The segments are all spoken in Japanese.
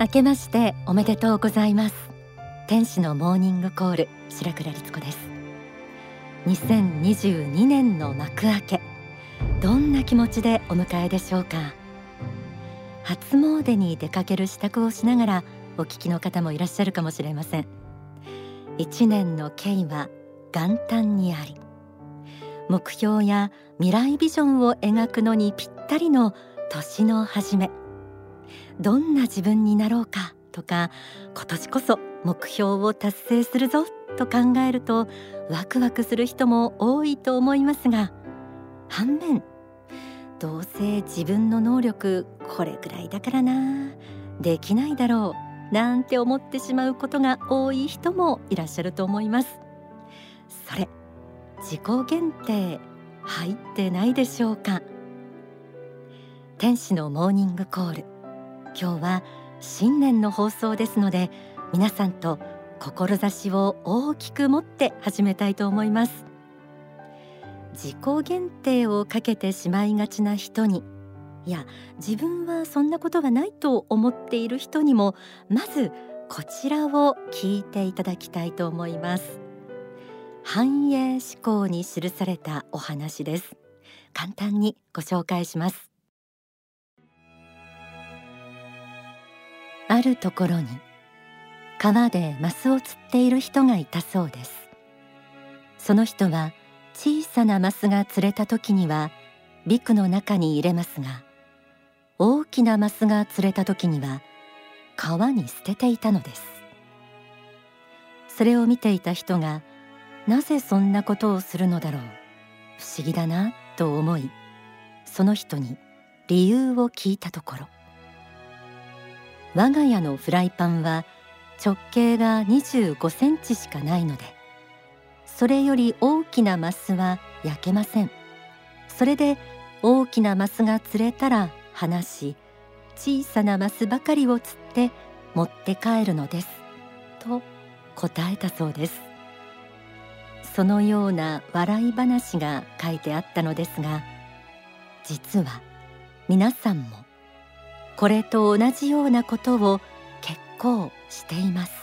明けましておめでとうございます。天使のモーニングコール、白倉律子です。2022年の幕開け、どんな気持ちでお迎えでしょうか。初詣に出かける支度をしながらお聞きの方もいらっしゃるかもしれません。一年の計は元旦にあり、目標や未来ビジョンを描くのにぴったりの年の初め、どんな自分になろうかとか、今年こそ目標を達成するぞと考えるとワクワクする人も多いと思いますが、反面どうせ自分の能力これくらいだからな、できないだろうなんて思ってしまうことが多い人もいらっしゃると思います。それ自己限定入ってないでしょうか。天使のモーニングコール、今日は新年の放送ですので、皆さんと志を大きく持って始めたいと思います。自己限定をかけてしまいがちな人に、いや自分はそんなことはないと思っている人にも、まずこちらを聞いていただきたいと思います。繁栄思考に記されたお話です。簡単にご紹介します。あるところに川でマスを釣っている人がいたそうです。その人は小さなマスが釣れた時にはビクの中に入れますが、大きなマスが釣れた時には川に捨てていたのです。それを見ていた人が、なぜそんなことをするのだろう、不思議だなと思い、その人に理由を聞いたところ、我が家のフライパンは直径が25センチしかないので、それより大きなマスは焼けません。それで大きなマスが釣れたら離し、小さなマスばかりを釣って持って帰るのですと答えたそうです。そのような笑い話が書いてあったのですが、実は皆さんもこれと同じようなことを結構しています。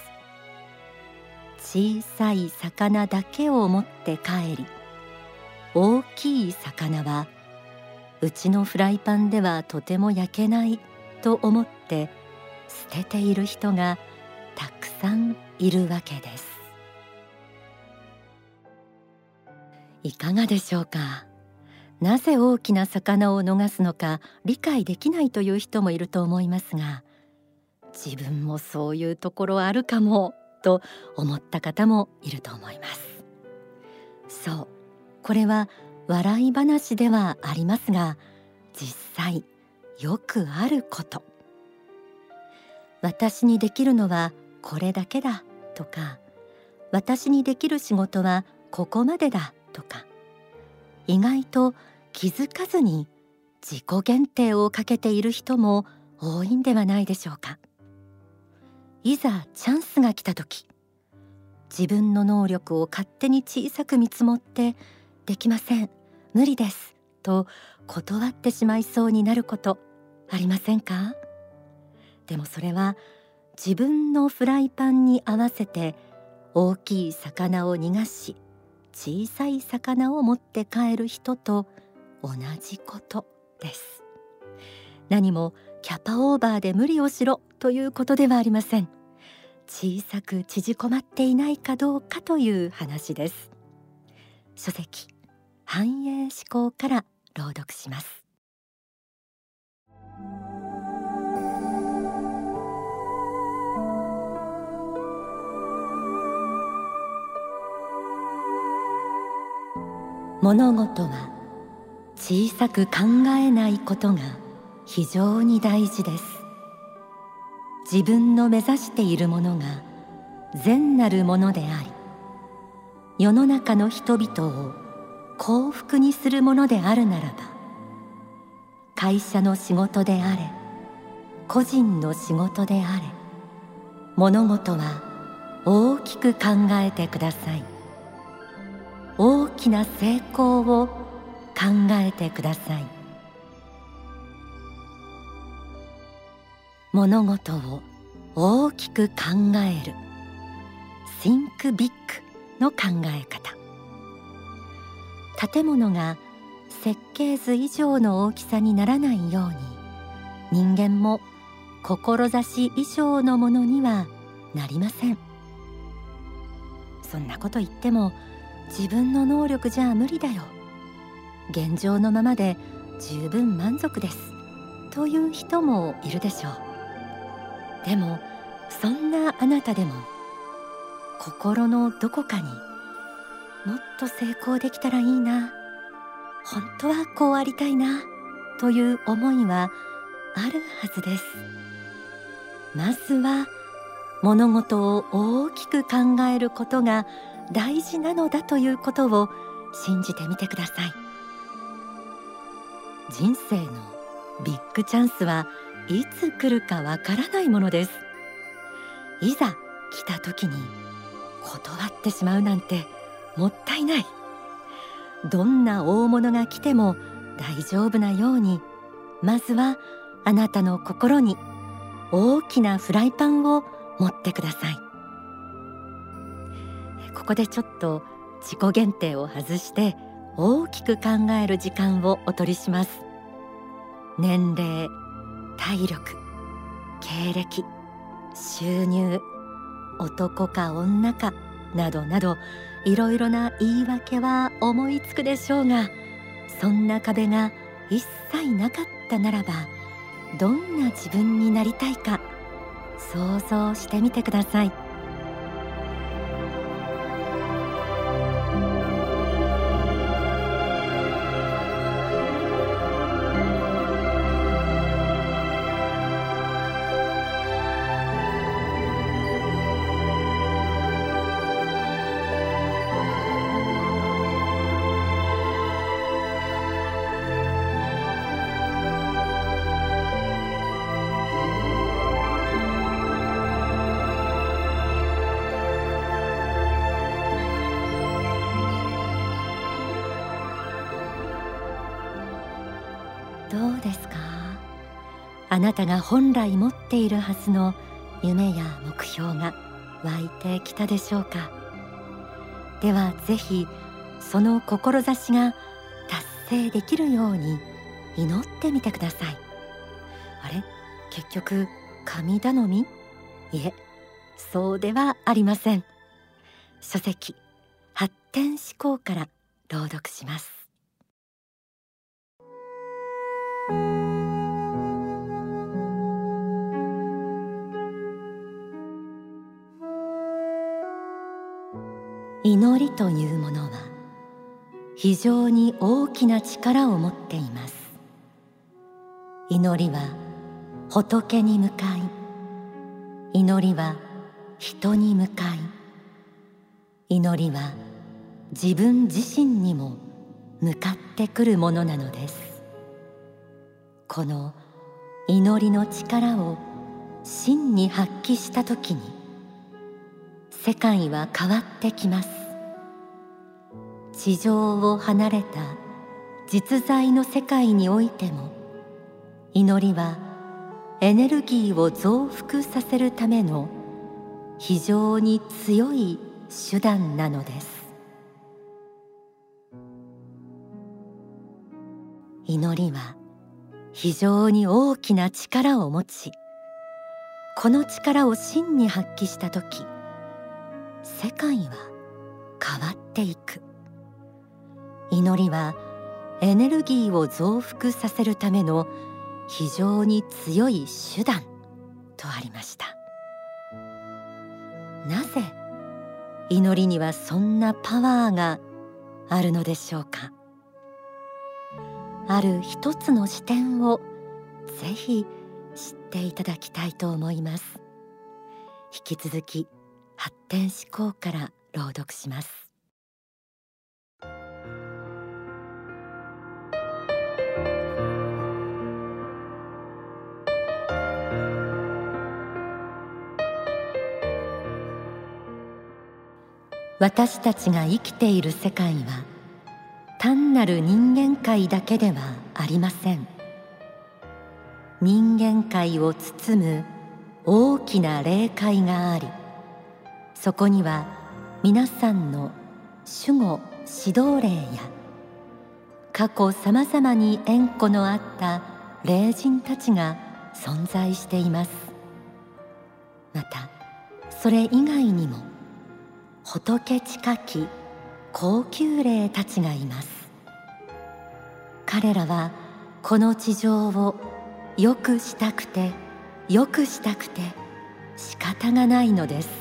小さい魚だけを持って帰り、大きい魚はうちのフライパンではとても焼けないと思って捨てている人がたくさんいるわけです。いかがでしょうか。なぜ大きな魚を逃すのか理解できないという人もいると思いますが、自分もそういうところあるかもと思った方もいると思います。そう、これは笑い話ではありますが、実際よくあること。私にできるのはこれだけだとか、私にできる仕事はここまでだとか、意外と気づかずに自己限定をかけている人も多いんではないでしょうか。いざチャンスが来た時、自分の能力を勝手に小さく見積もって、できません、無理ですと断ってしまいそうになることありませんか。でもそれは自分のフライパンに合わせて大きい魚を逃がし、小さい魚を持って帰る人と同じことです。何もキャパオーバーで無理をしろということではありません。小さく縮こまっていないかどうかという話です。書籍繁栄思考から朗読します。物事は小さく考えないことが非常に大事です。自分の目指しているものが善なるものであり、世の中の人々を幸福にするものであるならば、会社の仕事であれ、個人の仕事であれ、物事は大きく考えてください。大きな成功を考えてください。物事を大きく考える Think Big の考え方。建物が設計図以上の大きさにならないように、人間も志以上のものにはなりません。そんなこと言っても自分の能力じゃ無理だよ、現状のままで十分満足ですという人もいるでしょう。でもそんなあなたでも心のどこかにもっと成功できたらいいな、本当はこうありたいなという思いはあるはずです。まずは物事を大きく考えることが大事なのだということを信じてみてください。人生のビッグチャンスはいつ来るかわからないものです。いざ来た時に断ってしまうなんてもったいない。どんな大物が来ても大丈夫なように、まずはあなたの心に大きなフライパンを持ってください。ここでちょっと自己限定を外して大きく考える時間をお取りします。年齢、体力、経歴、収入、男か女かなどなど、いろいろな言い訳は思いつくでしょうが、そんな壁が一切なかったならば、どんな自分になりたいか想像してみてください。どうですか？あなたが本来持っているはずの夢や目標が湧いてきたでしょうか？ではぜひその志が達成できるように祈ってみてください。あれ、結局神頼み？いえ、そうではありません。書籍発展思考から朗読します。祈りというものは非常に大きな力を持っています。祈りは仏に向かい、祈りは人に向かい、祈りは自分自身にも向かってくるものなのです。この祈りの力を真に発揮したときに、世界は変わってきます。地上を離れた実在の世界においても、祈りはエネルギーを増幅させるための非常に強い手段なのです。祈りは非常に大きな力を持ち、この力を真に発揮したとき、世界は変わっていく。祈りはエネルギーを増幅させるための非常に強い手段とありました。なぜ祈りにはそんなパワーがあるのでしょうか。ある一つの視点をぜひ知っていただきたいと思います。引き続き発展思考から朗読します。私たちが生きている世界は単なる人間界だけではありません。人間界を包む大きな霊界があり、そこには皆さんの守護指導霊や過去さまざまに縁故のあった霊人たちが存在しています。またそれ以外にも仏近き高級霊たちがいます。彼らはこの地上を良くしたくて良くしたくて仕方がないのです。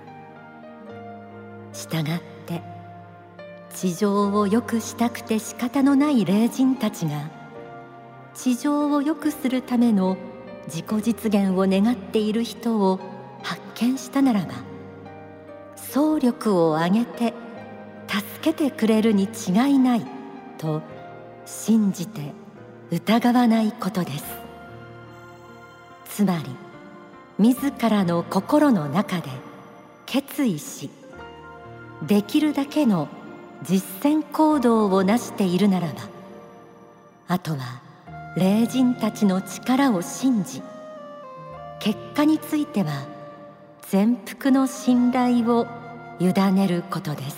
したがって地上を良くしたくて仕方のない霊人たちが地上を良くするための自己実現を願っている人を発見したならば、総力を挙げて助けてくれるに違いないと信じて疑わないことです。つまり自らの心の中で決意し、できるだけの実践行動をなしているならば、あとは霊人たちの力を信じ、結果については全幅の信頼を委ねることです。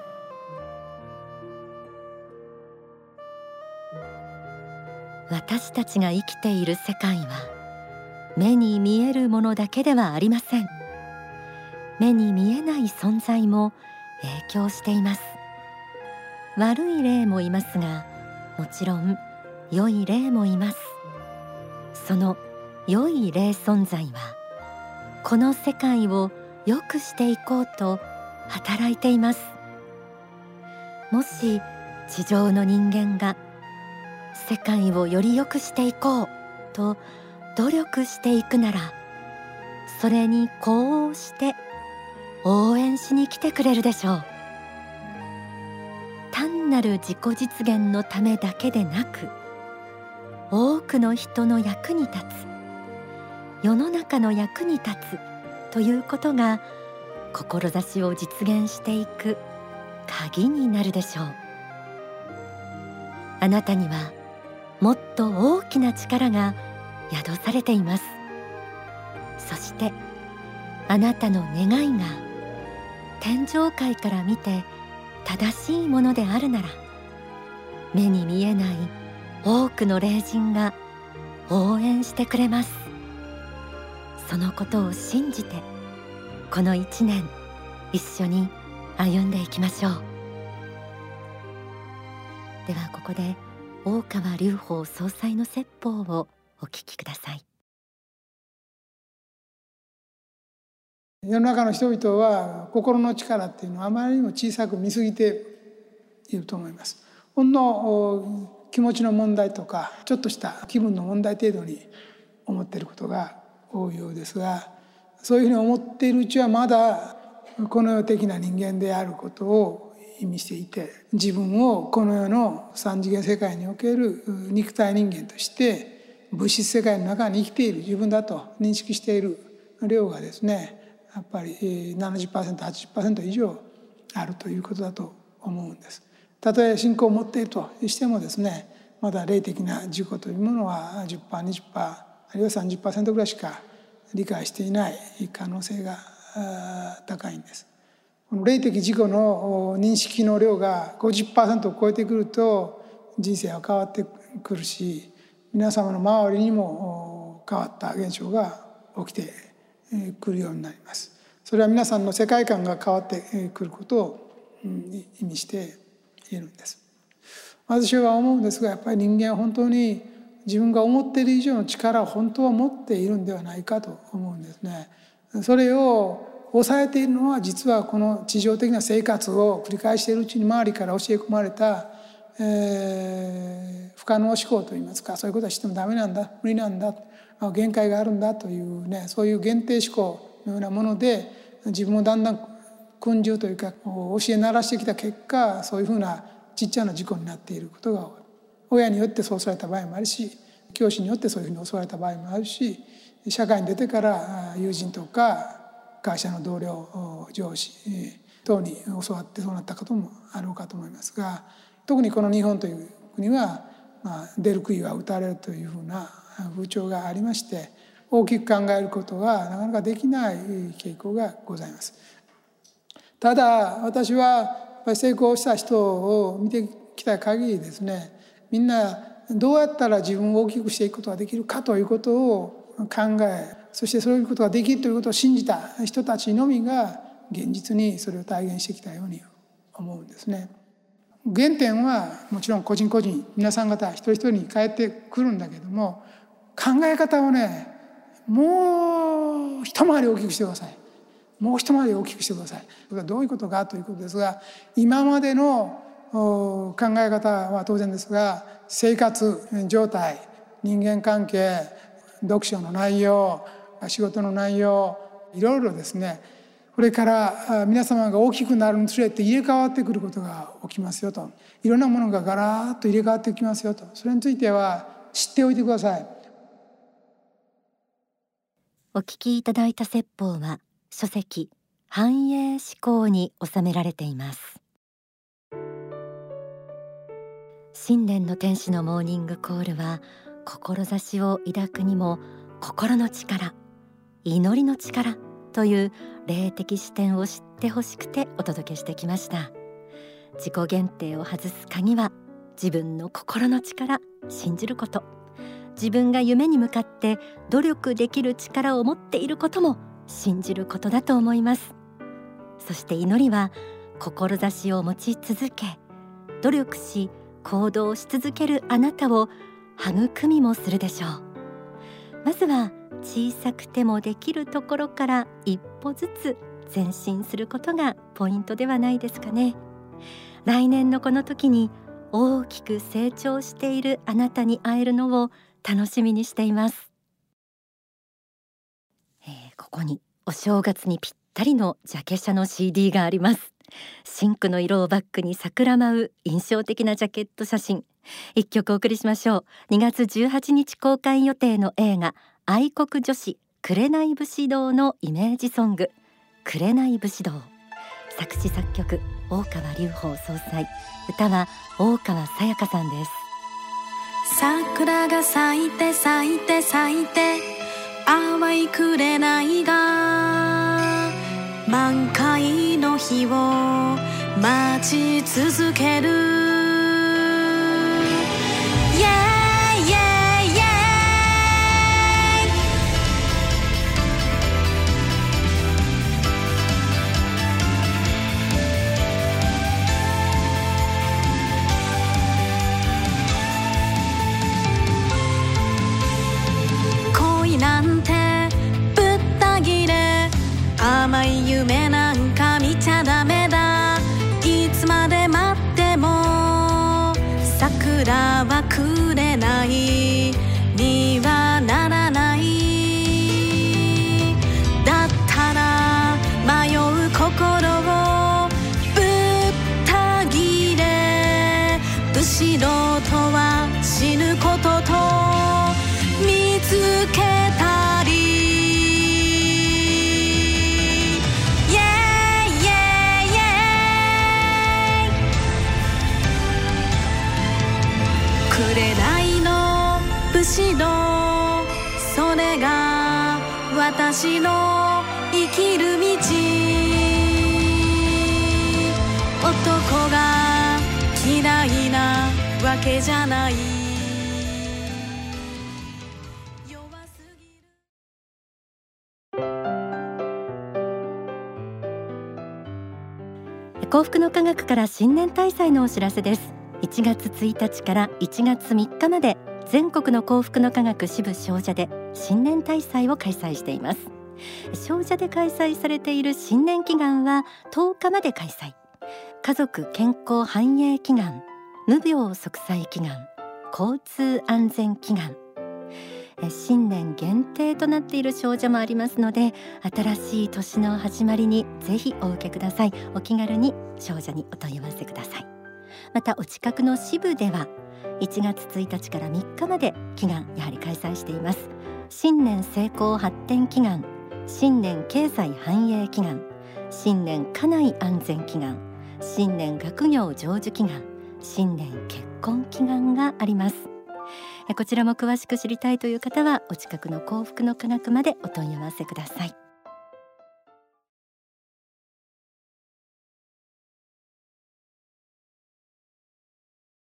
私たちが生きている世界は目に見えるものだけではありません。目に見えない存在も影響しています。悪い霊もいますが、もちろん良い霊もいます。その良い霊存在はこの世界を良くしていこうと働いています。もし地上の人間が世界をより良くしていこうと努力していくなら、それに呼応して応援しに来てくれるでしょう。単なる自己実現のためだけでなく、多くの人の役に立つ、世の中の役に立つということが志を実現していく鍵になるでしょう。あなたにはもっと大きな力が宿されています。そしてあなたの願いが天上界から見て正しいものであるなら、目に見えない多くの霊人が応援してくれます。そのことを信じてこの1年一緒に歩んでいきましょう。ではここで大川隆法総裁の説法をお聞きください。 世の中の人々は心の力っていうのはあまりにも小さく見すぎていると思います。ほんの気持ちの問題とかちょっとした気分の問題程度に思っていることが多いようですが、そういうふうに思っているうちはまだこの世的な人間であることを意味していて、自分をこの世の三次元世界における肉体人間として物質世界の中に生きている自分だと認識している量がですね、やっぱり 70%、80% 以上あるということだと思うんです。たとえ信仰を持っているとしてもですね、まだ霊的な自己というものは 10%、20%、あるいは 30% ぐらいしか理解していない可能性が高いんです。この霊的自己の認識の量が 50% を超えてくると人生は変わってくるし、皆様の周りにも変わった現象が起きてくるようになります。それは皆さんの世界観が変わってくることを意味しているんです。私は思うんですが、やっぱり人間は本当に自分が思っている以上の力を本当は持っているんではないかと思うんですね。それを抑えているのは実はこの地上的な生活を繰り返しているうちに周りから教え込まれた、不可能思考といいますか、そういうことはしてもダメなんだ、無理なんだ、限界があるんだというね、そういう限定思考のようなもので自分をだんだん訓従というか教え慣らしてきた結果、そういうふうなちっちゃな事故になっていることが多い。親によってそうされた場合もあるし、教師によってそういうふうに教われた場合もあるし、社会に出てから友人とか会社の同僚、上司等に教わってそうなったこともあろうかと思いますが、特にこの日本という国は、出る杭は打たれるというふうな風潮がありまして、 大きく考えることがなかなかできない傾向がございます。ただ私はやっぱり成功した人を見てきた限りですね、みんなどうやったら自分を大きくしていくことができるかということを考え、そしてそういうことができるということを信じた人たちのみが現実にそれを体現してきたように思うんですね。原点はもちろん個人個人、皆さん方一人一人に返ってくるんだけども、考え方をね、もう一回り大きくしてください。もう一回り大きくしてください。それはどういうことかということですが、今までの考え方は当然ですが、生活状態、人間関係、読書の内容、仕事の内容、いろいろですね、これから皆様が大きくなるにつれて入れ替わってくることが起きますよと、いろんなものがガラッと入れ替わってきますよと、それについては知っておいてください。 お聞きいただいた説法は書籍繁栄思考に収められています。新年の天使のモーニングコールは、志を抱くにも心の力、祈りの力という霊的視点を知ってほしくてお届けしてきました。自己限定を外す鍵は自分の心の力、信じること、自分が夢に向かって努力できる力を持っていることも信じることだと思います。そして祈りは志を持ち続け、努力し行動し続けるあなたを育みもするでしょう。まずは小さくてもできるところから一歩ずつ前進することがポイントではないですかね。来年のこの時に大きく成長しているあなたに会えるのを楽しみにしています。ここにお正月にぴったりのジャケ写の CD があります。深紅の色をバックに桜舞う印象的なジャケット写真、一曲お送りしましょう。2月18日公開予定の映画愛国女子紅武士道のイメージソング、紅武士道。作詞作曲大川隆法総裁、歌は大川さやかさんです。 桜が咲いて咲いて咲いて、淡い紅が満開の日を待ち続ける。なんてぶった切れ、甘い夢なんか見ちゃダメだ。いつまで待っても桜はくれないにはならない。だったら迷う心をぶった切れ、武士道とは死ぬことと見つけたり、紅の武士道、それが私の生きる道。男が嫌いなわけじゃない。 幸福の科学から新年大祭のお知らせです。1月1日から1月3日まで全国の幸福の科学支部商社で新年大祭を開催しています。商社で開催されている新年祈願は10日まで開催。家族健康繁栄祈願、無病息災祈願、交通安全祈願、新年限定となっている商社もありますので、新しい年の始まりにぜひお受けください。お気軽に商社にお問い合わせください。またお近くの支部では1月1日から3日まで祈願やはり開催しています。新年成功発展祈願、新年経済繁栄祈願、新年家内安全祈願、新年学業成就祈願、新年結婚祈願があります。 こちらも詳しく知りたいという方はお近くの幸福の科学までお問い合わせください。